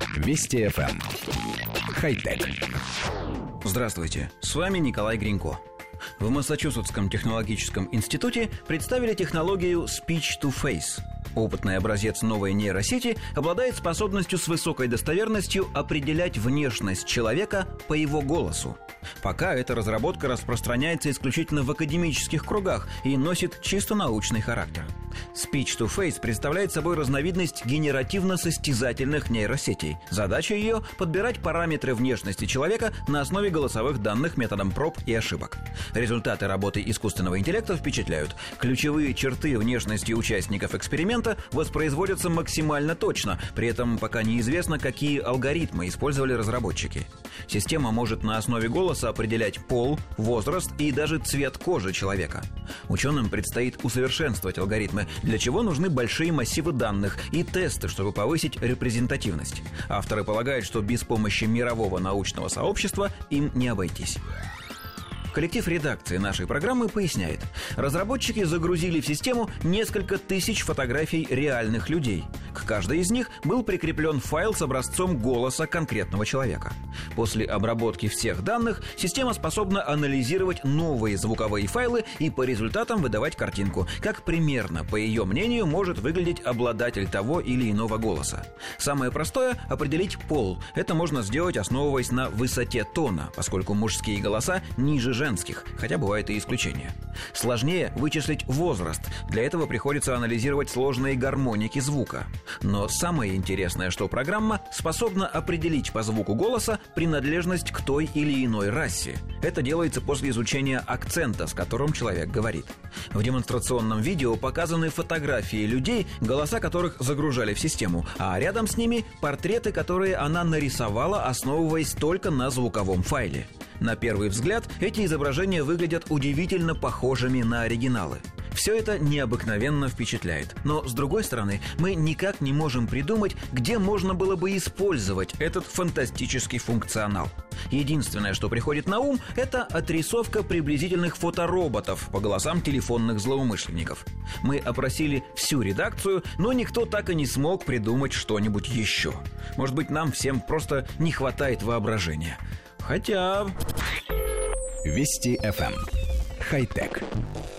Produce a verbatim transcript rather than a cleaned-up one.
Вести эф эм. Хай-тек. Здравствуйте, с вами Николай Гринько. В Массачусетском технологическом институте представили технологию Speech to Face. Опытный образец новой нейросети обладает способностью с высокой достоверностью определять внешность человека по его голосу. Пока эта разработка распространяется исключительно в академических кругах и носит чисто научный характер. Speech to Face представляет собой разновидность генеративно-состязательных нейросетей. Задача ее – подбирать параметры внешности человека на основе голосовых данных методом проб и ошибок. Результаты работы искусственного интеллекта впечатляют. Ключевые черты внешности участников эксперимента воспроизводятся максимально точно, при этом пока неизвестно, какие алгоритмы использовали разработчики. Система может на основе голоса определять пол, возраст и даже цвет кожи человека. Ученым предстоит усовершенствовать алгоритмы, для чего нужны большие массивы данных и тесты, чтобы повысить репрезентативность. Авторы полагают, что без помощи мирового научного сообщества им не обойтись. Коллектив редакции нашей программы поясняет. Разработчики загрузили в систему несколько тысяч фотографий реальных людей. К каждой из них был прикреплен файл с образцом голоса конкретного человека. После обработки всех данных система способна анализировать новые звуковые файлы и по результатам выдавать картинку, как примерно, по ее мнению, может выглядеть обладатель того или иного голоса. Самое простое – определить пол. Это можно сделать, основываясь на высоте тона, поскольку мужские голоса ниже женских. женских, хотя бывают и исключения. Сложнее вычислить возраст. Для этого приходится анализировать сложные гармоники звука. Но самое интересное, что программа способна определить по звуку голоса принадлежность к той или иной расе. Это делается после изучения акцента, с которым человек говорит. В демонстрационном видео показаны фотографии людей, голоса которых загружали в систему, а рядом с ними портреты, которые она нарисовала, основываясь только на звуковом файле. На первый взгляд, эти изображения выглядят удивительно похожими на оригиналы. Все это необыкновенно впечатляет. Но, с другой стороны, мы никак не можем придумать, где можно было бы использовать этот фантастический функционал. Единственное, что приходит на ум, это отрисовка приблизительных фотороботов по голосам телефонных злоумышленников. Мы опросили всю редакцию, но никто так и не смог придумать что-нибудь еще. Может быть, нам всем просто не хватает воображения. Хотя... Вести эф эм. Хай-тек.